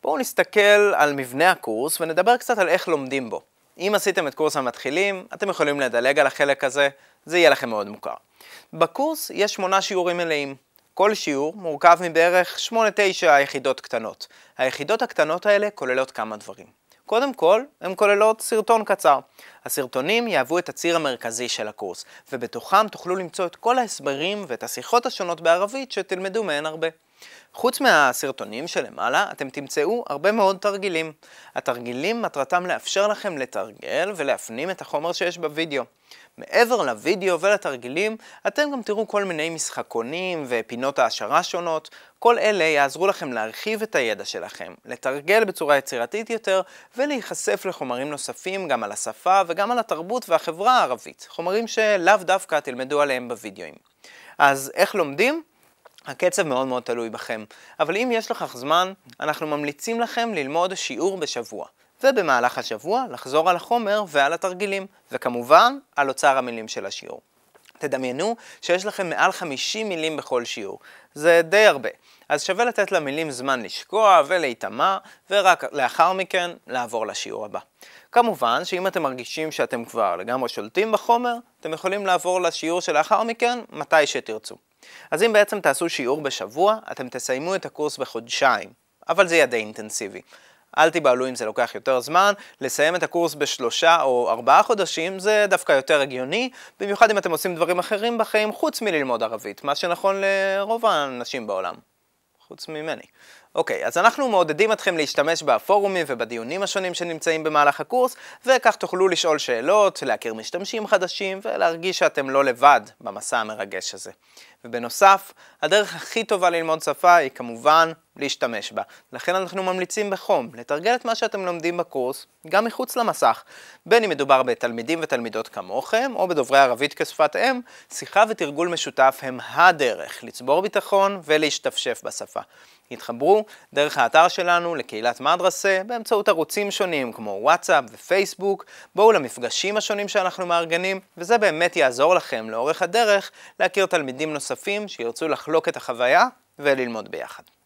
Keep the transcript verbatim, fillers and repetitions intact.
בואו נסתכל על מבנה הקורס ונדבר קצת על איך לומדים בו. אם עשיתם את קורס המתחילים, אתם יכולים לדלג על החלק הזה, זה יהיה לכם מאוד מוכר. בקורס יש שמונה שיעורים מלאים. כל שיעור מורכב מבערך שמונה תשע יחידות קטנות. היחידות הקטנות האלה כוללות כמה דברים. קודם כל, הן כוללות סרטון קצר. הסרטונים יהוו את הציר המרכזי של הקורס, ובתוכם תוכלו למצוא את כל ההסברים ואת השיחות השונות בערבית שתלמדו מהן הרבה. חוץ מהסרטונים שלמעלה, אתם תמצאו הרבה מאוד תרגילים. התרגילים מטרתם לאפשר לכם לתרגל ולהפנים את החומר שיש בווידאו. מעבר לוידאו ולתרגילים, אתם גם תראו כל מיני משחקונים ופינות העשרה שונות. כל אלה יעזרו לכם להרחיב את הידע שלכם, לתרגל בצורה יצירתית יותר ולהיחשף לחומרים נוספים גם על השפה וגם על התרבות והחברה הערבית. חומרים שלאו דווקא תלמדו עליהם בווידאוים. אז איך לומדים? הקצב מאוד מאוד תלוי בכם, אבל אם יש לכך זמן, אנחנו ממליצים לכם ללמוד שיעור בשבוע, ובמהלך השבוע לחזור על החומר ועל התרגילים, וכמובן על אוצר המילים של השיעור. תדמיינו שיש לכם מעל חמישים מילים בכל שיעור, זה די הרבה, אז שווה לתת למילים זמן לשקוע ולהיטמע, ורק לאחר מכן לעבור לשיעור הבא. כמובן שאם אתם מרגישים שאתם כבר לגמרי שולטים בחומר, אתם יכולים לעבור לשיעור שלאחר מכן מתי שתרצו. אז אם בעצם תעשו שיעור בשבוע, אתם תסיימו את הקורס בחודשיים, אבל זה יהיה די אינטנסיבי. אל תיבהלו אם זה לוקח יותר זמן, לסיים את הקורס בשלושה או ארבעה חודשים זה דווקא יותר הגיוני, במיוחד אם אתם עושים דברים אחרים בחיים חוץ מללמוד ערבית, מה שנכון לרוב האנשים בעולם, חוץ ממני. אוקיי, אז אנחנו מעודדים אתכם להשתמש בפורומים ובדיונים השונים שנמצאים במהלך הקורס, וכך תוכלו לשאול שאלות, להכיר משתמשים חדשים ולהרגיש שאתם לא לבד במסע המרגש הזה. ובנוסף, הדרך הכי טובה ללמוד שפה היא כמובן להשתמש בה. לכן אנחנו ממליצים בחום לתרגל את מה שאתם לומדים בקורס, גם מחוץ למסך. בין אם מדובר בתלמידים ותלמידות כמוכם, או בדוברי ערבית כשפת אם, שיחה ותרגול משותף הם הדרך לצבור ביטחון ולהשתפשף בשפה. התחברו דרך האתר שלנו לקהילת מדרסה באמצעות ערוצים שונים כמו וואטסאפ ופייסבוק, בואו למפגשים השונים שאנחנו מארגנים, וזה באמת יעזור לכם לאורך הדרך להכיר תלמידים נוספים שירצו לחלוק את החוויה וללמוד ביחד.